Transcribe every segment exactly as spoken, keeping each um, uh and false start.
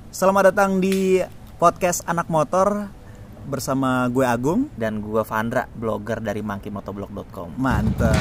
Selamat datang di podcast Anak Motor bersama gue Agung dan gue Vandra, blogger dari monkey motoblog dot com. Mantap.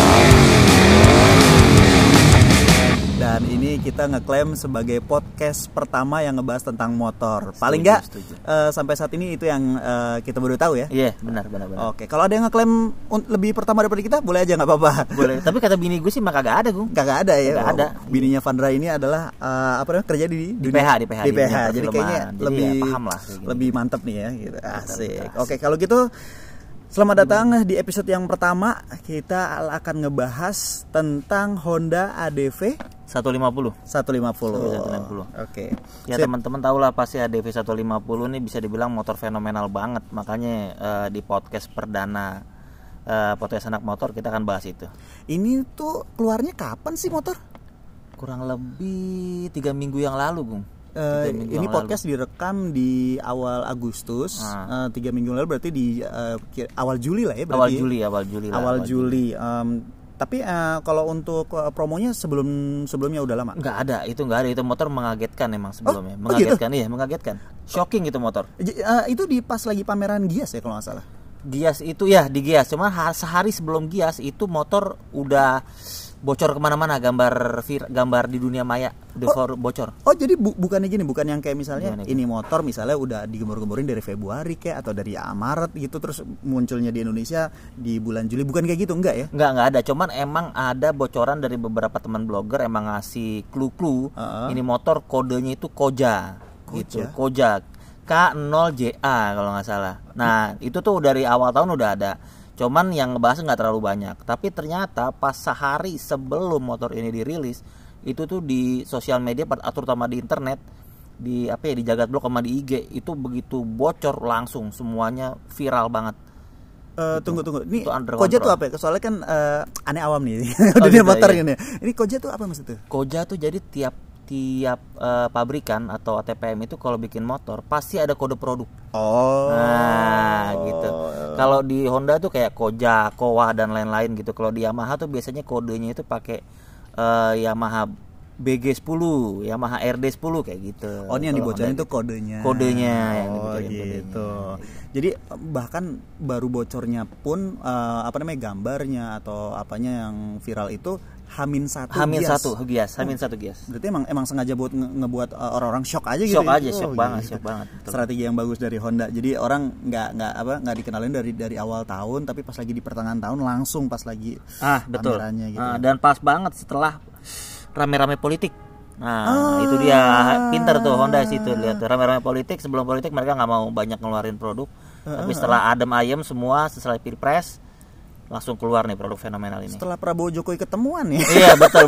Dan ini kita ngeklaim sebagai podcast pertama yang ngebahas tentang motor. Paling nggak uh, sampai saat ini itu yang uh, kita baru tahu ya. Iya, benar benar benar. Oke, kalau ada yang ngeklaim un- lebih pertama daripada kita, boleh aja, nggak apa-apa. Boleh. Tapi kata bini gue sih mah kagak ada, Gung. Kagak ada ya. Kagak ada. Bininya Vandra ini adalah uh, apa namanya kerja di di dunia, P H di P H. Di P H. Jadi Jadi kayaknya jadi lebih ya, paham lah. Lebih mantep nih ya. Gitu. Asik. Betul, Oke, kalau gitu. Selamat datang di episode yang pertama. Kita akan ngebahas tentang Honda A D V seratus lima puluh. seratus lima puluh. seratus lima puluh. Oke. Ya, teman-teman tahu lah pasti A D V seratus lima puluh ini bisa dibilang motor fenomenal banget. Makanya uh, di podcast perdana uh, podcast Anak Motor kita akan bahas itu. Ini tuh keluarnya kapan sih motor? Kurang lebih tiga minggu yang lalu, Gung. Uh, ini podcast lalu. Direkam di awal Agustus, nah. uh, tiga minggu lalu berarti di uh, awal Juli lah ya berarti. Awal Juli, awal Juli lah. Awal, awal Juli. Juli. Um, tapi uh, kalau untuk uh, promonya sebelum sebelumnya udah lama? Nggak ada, itu nggak ada. Itu motor mengagetkan emang sebelumnya. Oh, mengagetkan, oh gitu? Iya, mengagetkan. Shocking itu motor. Uh, itu di pas lagi pameran Gias ya kalau nggak salah. Gias itu ya di Gias. Cuma sehari sebelum Gias itu motor udah bocor kemana-mana, gambar vir, gambar di dunia maya udah oh, bocor. Oh jadi bu, bukannya gini, bukan yang kayak misalnya Gimana ini itu? Motor misalnya udah digembor-gemborin dari Februari kayak atau dari Maret gitu terus munculnya di Indonesia di bulan Juli, bukan kayak gitu, enggak ya? Enggak, enggak ada. Cuman emang ada bocoran dari beberapa teman blogger emang ngasih clue-clue. Uh-huh. Ini motor kodenya itu Koja, Koja? gitu, Koja K nol J A kalau nggak salah. Nah itu tuh dari awal tahun udah ada. Cuman yang ngebahas nggak terlalu banyak. Tapi ternyata pas sehari sebelum motor ini dirilis, itu tuh di sosial media, terutama di internet, di apa ya, di Jagat Blog sama di I G, itu begitu bocor langsung semuanya viral banget. Uh, tunggu tunggu. Ini Koja tuh apa ya? Soalnya kan uh, aneh awam nih. Oh, dunia gitu, motor iya. Ini. Ini Koja tuh apa maksudnya? Koja tuh jadi tiap tiap uh, pabrikan atau A T P M itu kalau bikin motor pasti ada kode produk. Oh. Nah, gitu. Kalau di Honda tuh kayak Koja, Kowa dan lain-lain gitu. Kalau di Yamaha tuh biasanya kodenya itu pakai uh, Yamaha B G sepuluh, Yamaha R D sepuluh kayak gitu. Oh, ini yang dibocorin itu kodenya. Kodenya yang oh, gitu. Kodenya. Jadi bahkan baru bocornya pun uh, apa namanya gambarnya atau apanya yang viral itu Hamin satu Hamin Gias. satu Gias, Hamin satu Gias. Berarti emang emang sengaja buat nge- ngebuat uh, orang-orang shock aja gitu. Shock ya? aja, oh, shock gitu. banget, shock banget. Betul. Strategi yang bagus dari Honda. Jadi orang nggak nggak apa nggak dikenalin dari dari awal tahun, tapi pas lagi di pertengahan tahun langsung pas lagi ah betul. Gitu. Ah, dan pas banget setelah rame-rame politik. Nah ah. itu dia pinter tuh Honda situ, lihat rame-rame politik. Sebelum politik mereka nggak mau banyak ngeluarin produk. Uh, tapi setelah adem ayem semua, setelah pilpres langsung keluar nih produk fenomenal ini. Setelah Prabowo Jokowi ketemuan ya. Iya betul.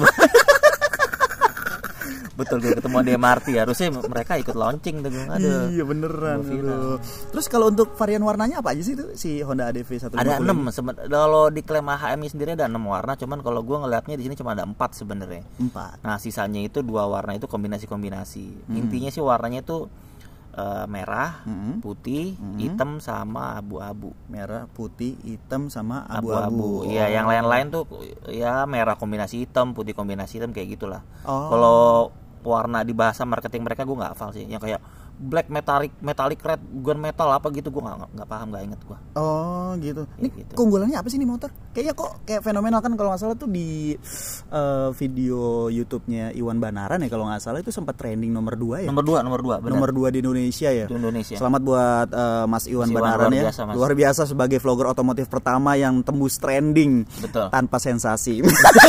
Betul, gue ketemuan di M R T, harusnya mereka ikut launching tuh. Aduh. Iya beneran. Aduh. Terus kalau untuk varian warnanya apa aja sih itu si Honda A D V seratus lima puluh? Ada enam. Kalau diklaim H M I sendiri ada enam warna, cuman kalau gue ngeliatnya di sini cuma ada empat sebenarnya. Empat. Nah sisanya itu dua warna itu kombinasi-kombinasi. Hmm. Intinya sih warnanya itu Uh, merah, hmm. putih, hmm. hitam sama abu-abu. Merah, putih, hitam sama abu-abu. Iya, oh. Yang lain-lain tuh ya merah kombinasi hitam, putih kombinasi hitam kayak gitulah. Oh. Kalau warna di bahasa marketing mereka gue nggak hafal sih. Yang kayak black metallic, metallic red, gun metal apa gitu gue nggak nggak paham, nggak inget gue. Oh gitu. Ya, ini gitu. Keunggulannya apa sih nih motor? Kayaknya kok kayak fenomenal kan kalau nggak salah tuh di uh, video YouTube-nya Iwan Banaran ya kalau nggak salah itu sempat trending nomor dua ya. Nomor dua, nomor dua. Benar. Nomor dua di Indonesia ya. Di Indonesia. Selamat buat uh, Mas Iwan Mas Banaran Iwan, luar ya. biasa, Luar biasa sebagai vlogger otomotif pertama yang tembus trending. Betul. Tanpa sensasi.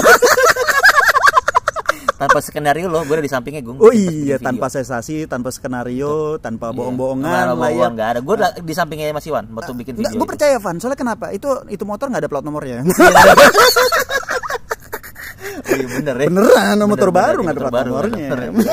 Tanpa skenario loh, gue ada di sampingnya Gung. Oh iya, tanpa sensasi, tanpa skenario, tanpa iya. bohong-bohongan lah ya. Nggak ada, gue di sampingnya Mas Iwan waktu bikin video. Gue percaya Van, soalnya kenapa? Itu itu motor nggak ada plat nomornya. Iya bener ya. Beneran, motor bener, baru nggak ada plat baru, nomornya.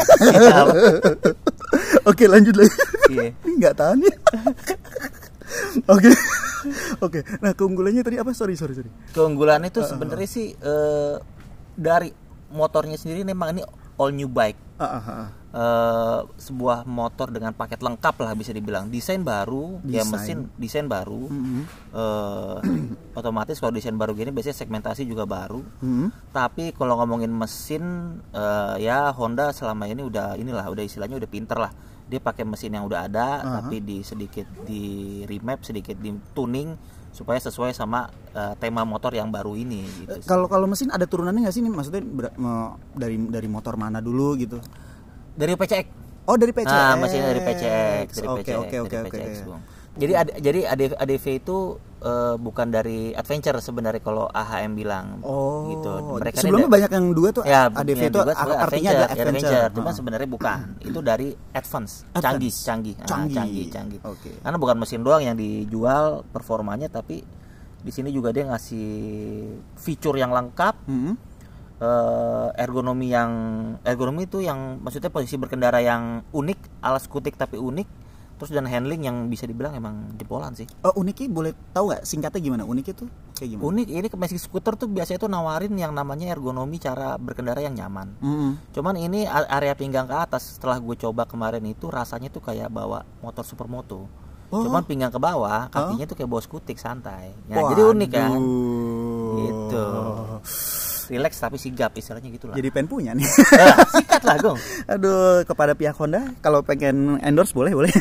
Oke lanjut lagi. Iya. Ini nggak tahan ya. Oke, oke. Nah keunggulannya tadi apa? Sorry sorry sorry. Keunggulannya itu sebenarnya sih uh, dari motornya sendiri memang ini all new bike. Uh, uh, uh. Uh, sebuah motor dengan paket lengkap lah bisa dibilang, desain baru, desain. ya mesin desain baru, mm-hmm. uh, otomatis kalau desain baru gini biasanya segmentasi juga baru, mm-hmm. tapi kalau ngomongin mesin uh, ya Honda selama ini udah inilah udah istilahnya udah pinter lah, dia pakai mesin yang udah ada, uh-huh. tapi di sedikit di remap, sedikit di tuning supaya sesuai sama uh, tema motor yang baru ini. Gitu. Kalau kalau mesin ada turunannya nggak sih nih, maksudnya ber- dari dari motor mana dulu gitu? Dari P C X. Oh, dari P C X. Nah, mesinnya dari P C X, dari Oke, P C X, oke, oke, dari oke. P C X, Bung. Jadi ada, jadi A D V itu uh, bukan dari Adventure sebenarnya kalau A H M bilang. Oh. Gitu. Mereka sebelumnya banyak yang dua tuh ya, A D V itu artinya ada Adventure. Adventure. Cuma oh. sebenarnya bukan. Itu dari Advance, Advance. canggih, canggih, canggih, ah, canggih, canggih. Okay. Karena bukan mesin doang yang dijual performanya, tapi di sini juga dia ngasih fitur yang lengkap. Mm-hmm. Uh, ergonomi yang ergonomi itu yang maksudnya posisi berkendara yang unik, alas kutik tapi unik, terus dan handling yang bisa dibilang emang jepolan sih. Oh, uniknya boleh tahu nggak singkatnya gimana? Unik itu kayak gimana? Unik ini ke Magic Scooter tuh biasanya tuh nawarin yang namanya ergonomi cara berkendara yang nyaman. Mm-hmm. Cuman ini area pinggang ke atas setelah gue coba kemarin itu rasanya tuh kayak bawa motor supermoto. Oh. Cuman pinggang ke bawah kakinya oh. tuh kayak bawa skutik santai. Ya, jadi unik kan. Gitu. Relax tapi sigap istilahnya gitulah. Jadi pengen punya nih. Nah, sikat lah Gong. Aduh, kepada pihak Honda kalau pengen endorse boleh boleh.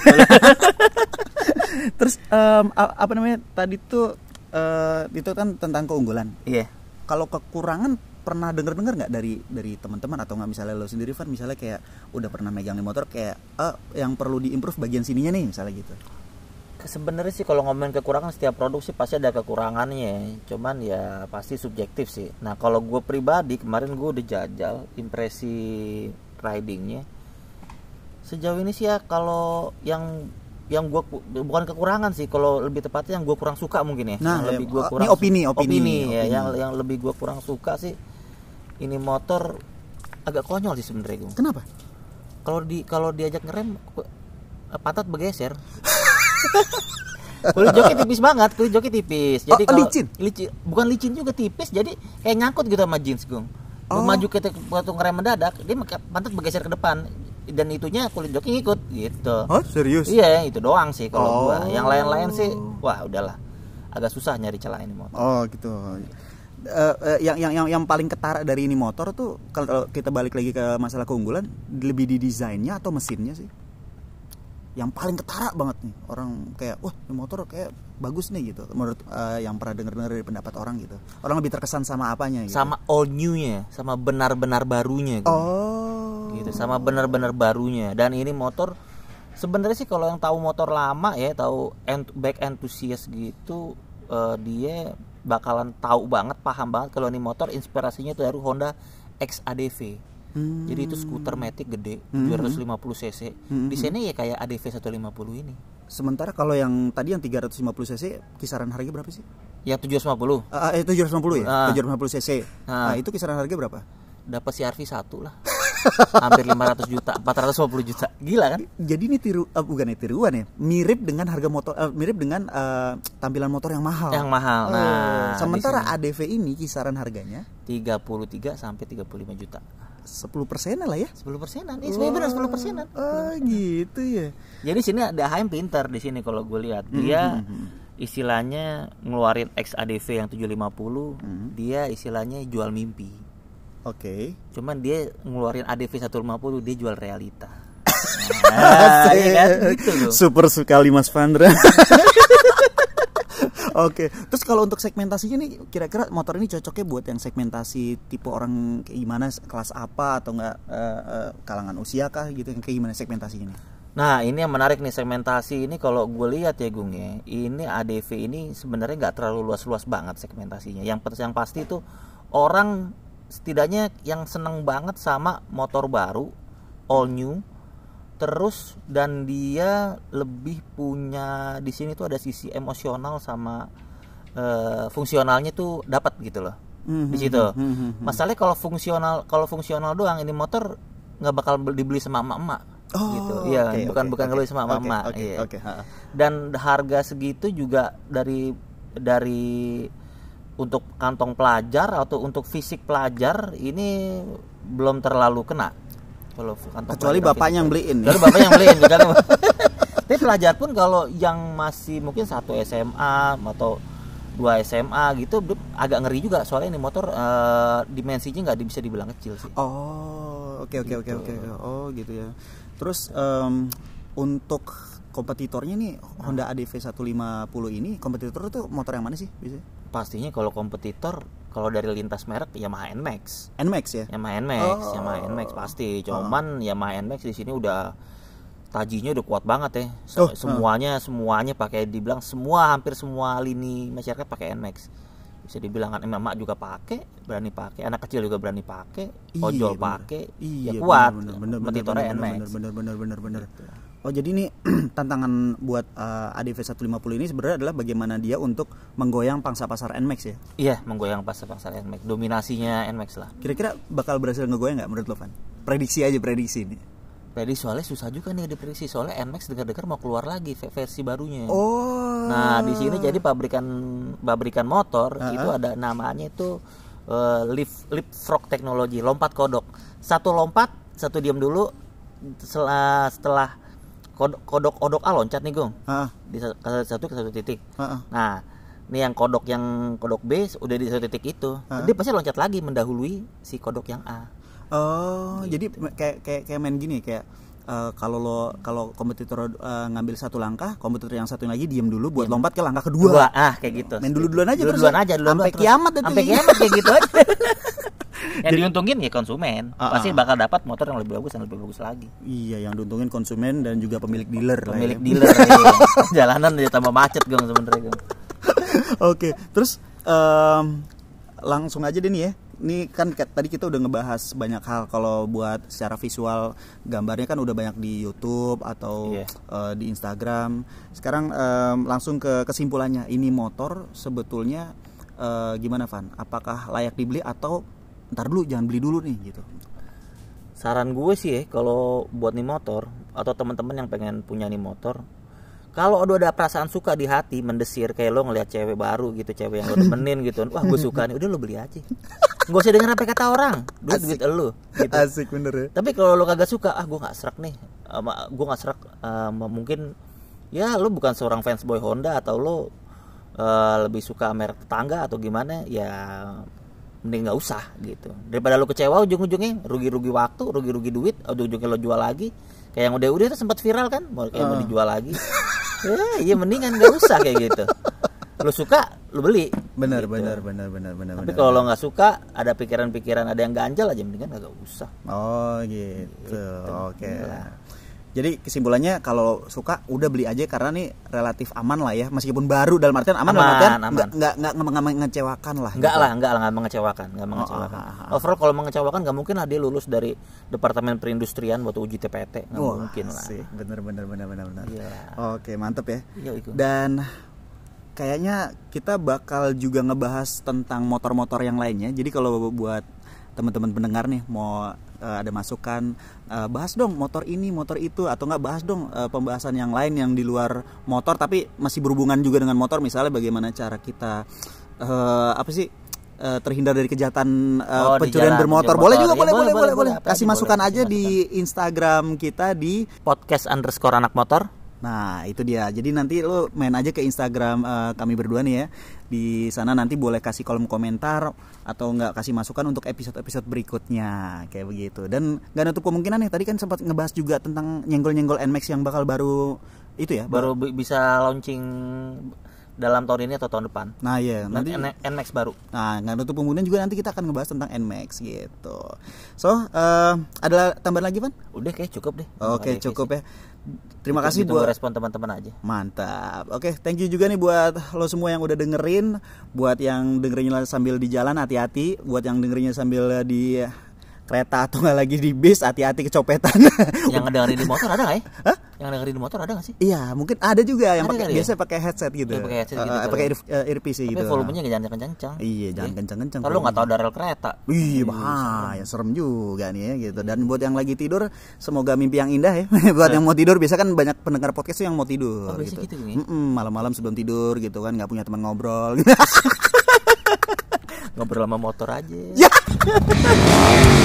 Terus um, apa namanya tadi tuh uh, itu kan tentang keunggulan. Iya. Yeah. Kalau kekurangan pernah denger-denger nggak dari dari teman-teman atau nggak misalnya lo sendiri Van misalnya kayak udah pernah megang nih motor kayak eh, yang perlu diimprove bagian sininya nih misalnya gitu. Sebenarnya sih kalau ngomongin kekurangan setiap produk sih pasti ada kekurangannya, cuman ya pasti subjektif sih. Nah kalau gue pribadi kemarin gue udah jajal impresi ridingnya. Sejauh ini sih ya kalau yang yang gue bukan kekurangan sih, kalau lebih tepatnya yang gue kurang suka mungkin ya. Nah, yang lebih gue kurang ini opini, su- opini, opini, opini ya, yang yang lebih gue kurang suka sih ini motor agak konyol sih sebenarnya gue. Kenapa? Kalau di kalau diajak ngerem pantat bergeser. Kulit joki tipis banget, kulit joki tipis. Jadi oh, kalau licin? licin, bukan licin juga tipis. Jadi kayak nyangkut gitu sama jeans, Gung. Oh. Maju kita waktu ngerem mendadak, dia pantat bergeser ke depan dan itunya kulit joki ngikut gitu. Oh, serius? Iya, itu doang sih kalau oh. gua. Yang lain-lain sih, wah udahlah. Agak susah nyari celah ini motor. Oh, gitu. Uh, uh, yang yang yang yang paling ketara dari ini motor tuh kalau kita balik lagi ke masalah keunggulan, lebih di desainnya atau mesinnya sih? Yang paling ketara banget nih orang kayak wah ini motor kayak bagus nih gitu menurut uh, yang pernah dengar-dengar dari pendapat orang gitu, orang lebih terkesan sama apanya gitu, sama all new-nya, sama benar-benar barunya gitu. Oh gitu sama benar-benar barunya. Dan ini motor sebenarnya sih kalau yang tahu motor lama ya, tahu ent- back enthusiast gitu, uh, dia bakalan tahu banget, paham banget kalau ini motor inspirasinya tuh dari Honda X A D V. Hmm. Jadi itu skuter matic gede, hmm. tujuh ratus lima puluh cc. Hmm. Di sini ya kayak A D V seratus lima puluh ini. Sementara kalau yang tadi yang tiga ratus lima puluh cc kisaran harga berapa sih? Ya tujuh ratus lima puluh. Uh, eh tujuh ratus lima puluh ya? Uh. tujuh ratus lima puluh cc. Uh. Nah, itu kisaran harga berapa? Dapat C R V satu lah. Hampir lima ratus juta, empat ratus lima puluh juta. Gila kan? Jadi ini tiru uh, bukan ya tiruan ya. Mirip dengan harga motor uh, mirip dengan uh, tampilan motor yang mahal. Yang mahal. Nah, uh, sementara A D V ini kisaran harganya tiga puluh tiga sampai tiga puluh lima juta. sepuluh persenan lah ya. sepuluh persenan. Ini sebenarnya benar sepuluh persenan. Oh, gitu ya. Jadi sini ada H M pintar di sini kalau gue lihat. Dia mm-hmm. istilahnya ngeluarin X A D V yang tujuh ratus lima puluh, mm-hmm. dia istilahnya jual mimpi. Oke. Okay. Cuman dia ngeluarin A D V seratus lima puluh, dia jual realita. Nah, ya kan? Gitu loh. Super sekali Mas Vandra. Oke, okay. Terus kalau untuk segmentasinya nih, kira-kira motor ini cocoknya buat yang segmentasi tipe orang kayak gimana, kelas apa atau enggak uh, uh, kalangan usia kah gitu, kayak gimana segmentasinya nih? Nah ini yang menarik nih segmentasi ini kalau gue lihat ya Gung ya, ini A D V ini sebenarnya nggak terlalu luas-luas banget segmentasinya. Yang yang pasti itu orang setidaknya yang seneng banget sama motor baru, all new. Terus dan dia lebih punya di sini tuh ada sisi emosional sama uh, fungsionalnya tuh dapat gitu loh. Mm-hmm. Di situ. Mm-hmm. Masalahnya kalau fungsional kalau fungsional doang ini motor nggak bakal dibeli sama emak-emak. Oh, gitu. Iya, okay, bukan okay, bukan okay, sama emak-emak. Okay, iya. okay, okay. Dan harga segitu juga dari dari untuk kantong pelajar atau untuk fisik pelajar ini belum terlalu kena. Kalau kantong kecuali bapaknya yang beliin. Kecuali bapaknya yang beliin. Tapi pelajar pun kalau yang masih mungkin satu S M A atau dua S M A gitu agak ngeri juga soalnya ini motor uh, dimensinya nggak bisa dibilang kecil sih. Oh, oke oke oke oke. Oh, gitu ya. Terus um, untuk kompetitornya nih Honda A D V seratus lima puluh ini, kompetitor tuh motor yang mana sih biasanya? Pastinya kalau kompetitor kalau dari lintas merek Yamaha N MAX. N MAX ya? Yamaha N MAX, oh. Yamaha N MAX pasti. Cuman oh. Yamaha N MAX di sini udah tajinya udah kuat banget ya. Oh, semuanya uh. semuanya pakai, dibilang semua hampir semua lini masyarakat pakai N MAX. Bisa dibilang kan emak juga pakai, berani pakai, anak kecil juga berani pakai, ojol pakai, ya kuat. Kompetitornya N MAX. Bener bener bener bener. Gitu. Oh jadi ini tantangan buat uh, A D V seratus lima puluh ini sebenarnya adalah bagaimana dia untuk menggoyang pangsa pasar N MAX ya? Iya, menggoyang pangsa pasar N MAX, dominasinya N MAX lah. Kira-kira bakal berhasil ngegoyang nggak menurut lo, Van? Prediksi aja, prediksi ini. Prediksi soalnya susah juga nih diprediksi, soalnya N MAX dengar-dengar mau keluar lagi versi barunya. Oh. Nah di sini jadi pabrikan pabrikan motor uh-huh. itu ada namanya itu uh, lift leapfrog teknologi, lompat kodok. Satu lompat, satu diam dulu, setelah setelah kodok kodok kodok A loncat nih Gong, uh-huh. di satu ke satu titik. Uh-huh. Nah ini yang kodok yang kodok B udah di satu titik itu, uh-huh. dia pasti loncat lagi mendahului si kodok yang A. Oh, gitu. Jadi kayak kayak kayak main gini kayak uh, kalau lo kalau kompetitor uh, ngambil satu langkah, kompetitor yang satu lagi diem dulu buat yeah. lompat ke langkah kedua. Dua, ah kayak gitu. Main dulu-duluan aja dulu terus. Duluan aja duluan. Sampai kiamat itu. Sampai kiamat kayak gitu aja. Yang diuntungin ya konsumen. Uh-uh. Pasti bakal dapat motor yang lebih bagus dan lebih bagus lagi. Iya, yang diuntungin konsumen dan juga pemilik dealer. Pemilik lah ya. dealer. Iya. Jalanan jadi tambah macet Gong sebenarnya Gong. Oke, terus um, langsung aja deh nih ya. Ini kan tadi kita udah ngebahas banyak hal. Kalau buat secara visual gambarnya kan udah banyak di YouTube atau yeah. uh, di Instagram. Sekarang um, langsung ke kesimpulannya. Ini motor sebetulnya uh, gimana Van? Apakah layak dibeli atau ntar dulu jangan beli dulu nih gitu? Saran gue sih ya kalau buat nih motor atau teman-teman yang pengen punya nih motor, kalau udah ada perasaan suka di hati mendesir kayak lo ngelihat cewek baru gitu, cewek yang lo temenin gitu, wah gue suka nih, udah lo beli aja. Gak usah denger apa kata orang, duit duit lo. Gitu. Asik bener ya. Tapi kalau lo kagak suka, ah gue nggak serak nih, uh, gue nggak serak, uh, mungkin ya lo bukan seorang fans boy Honda atau lo uh, lebih suka merek tetangga atau gimana, ya mending nggak usah gitu. Daripada lo kecewa ujung-ujungnya rugi-rugi waktu, rugi-rugi duit, ujung-ujungnya lo jual lagi. Kayak yang udah-udah itu sempat viral kan, mau kayak uh. mau dijual lagi. Ya, iya mendingan nggak usah kayak gitu. Lo suka, lo beli. Benar, gitu. benar, benar, benar, benar. Tapi kalau lo nggak suka, ada pikiran-pikiran, ada yang ganjal aja, mendingan nggak usah. Oh gitu, gitu. Oke. Okay. Jadi kesimpulannya kalau suka udah beli aja karena nih relatif aman lah ya, meskipun baru dalam artian aman, aman dalam artian nggak nggak nggak mengecewakan lah. Nggak gitu. lah, nggak lah, nggak mengecewakan, nggak mengecewakan. Oh, oh, oh. Overall kalau mengecewakan nggak mungkin lah dia lulus dari Departemen Perindustrian buat uji T P T, nggak oh, mungkin lah. Sih, bener bener bener bener bener. Yeah. Oke mantep ya. Iya, itu. Dan kayaknya kita bakal juga ngebahas tentang motor-motor yang lainnya. Jadi kalau buat teman-teman pendengar nih mau uh, ada masukan, uh, bahas dong motor ini, motor itu, atau enggak bahas dong uh, pembahasan yang lain yang di luar motor tapi masih berhubungan juga dengan motor, misalnya bagaimana cara kita uh, apa sih uh, terhindar dari kejahatan uh, oh, pencurian bermotor. Boleh juga, ya, boleh, boleh, boleh, boleh. Kasih masukan boleh, aja di Instagram kita di podcast underscore anak motor. Nah itu dia. Jadi nanti lo main aja ke Instagram uh, kami berdua nih ya. Di sana nanti boleh kasih kolom komentar atau enggak kasih masukan untuk episode-episode berikutnya kayak begitu. Dan nggak nutup kemungkinan nih, tadi kan sempat ngebahas juga tentang nyenggol-nyenggol N MAX yang bakal baru itu ya. Baru b- bisa launching dalam tahun ini atau tahun depan. Nah iya, nanti N MAX baru. Nah nggak nutup kemungkinan juga nanti kita akan ngebahas tentang N MAX gitu. So uh, ada tambahan lagi Van? Udah kayak cukup deh. Oke okay, cukup ya. Terima Itu, kasih buat buat respon teman-teman aja. Mantap. Oke, okay, thank you juga nih buat lo semua yang udah dengerin. Buat yang dengerinnya sambil di jalan hati-hati. Buat yang dengerinnya sambil di kereta atau nggak lagi di bis, hati-hati kecopetan. Yang dengerin di motor ada nggak ya? Hah? Yang dengerin di motor ada nggak sih? Iya, mungkin ada juga yang pakai ya? biasa pakai headset gitu. Ya, pakai headset uh, gitu. Pakai ear, uh, earpiece Tapi gitu. Tapi volumenya jangan kencang-kencang. Iya, jangan ya. kencang-kencang. Kalau nggak tahu ada rel kereta. Iya, bahaya, serem juga nih ya gitu. Dan buat yang lagi tidur, semoga mimpi yang indah ya. Buat yang mau tidur, biasa kan banyak pendengar podcast yang mau tidur. Oh, gitu. gitu ya? Malam-malam sebelum tidur gitu kan, nggak punya teman ngobrol. Ngobrol sama motor aja. Ya.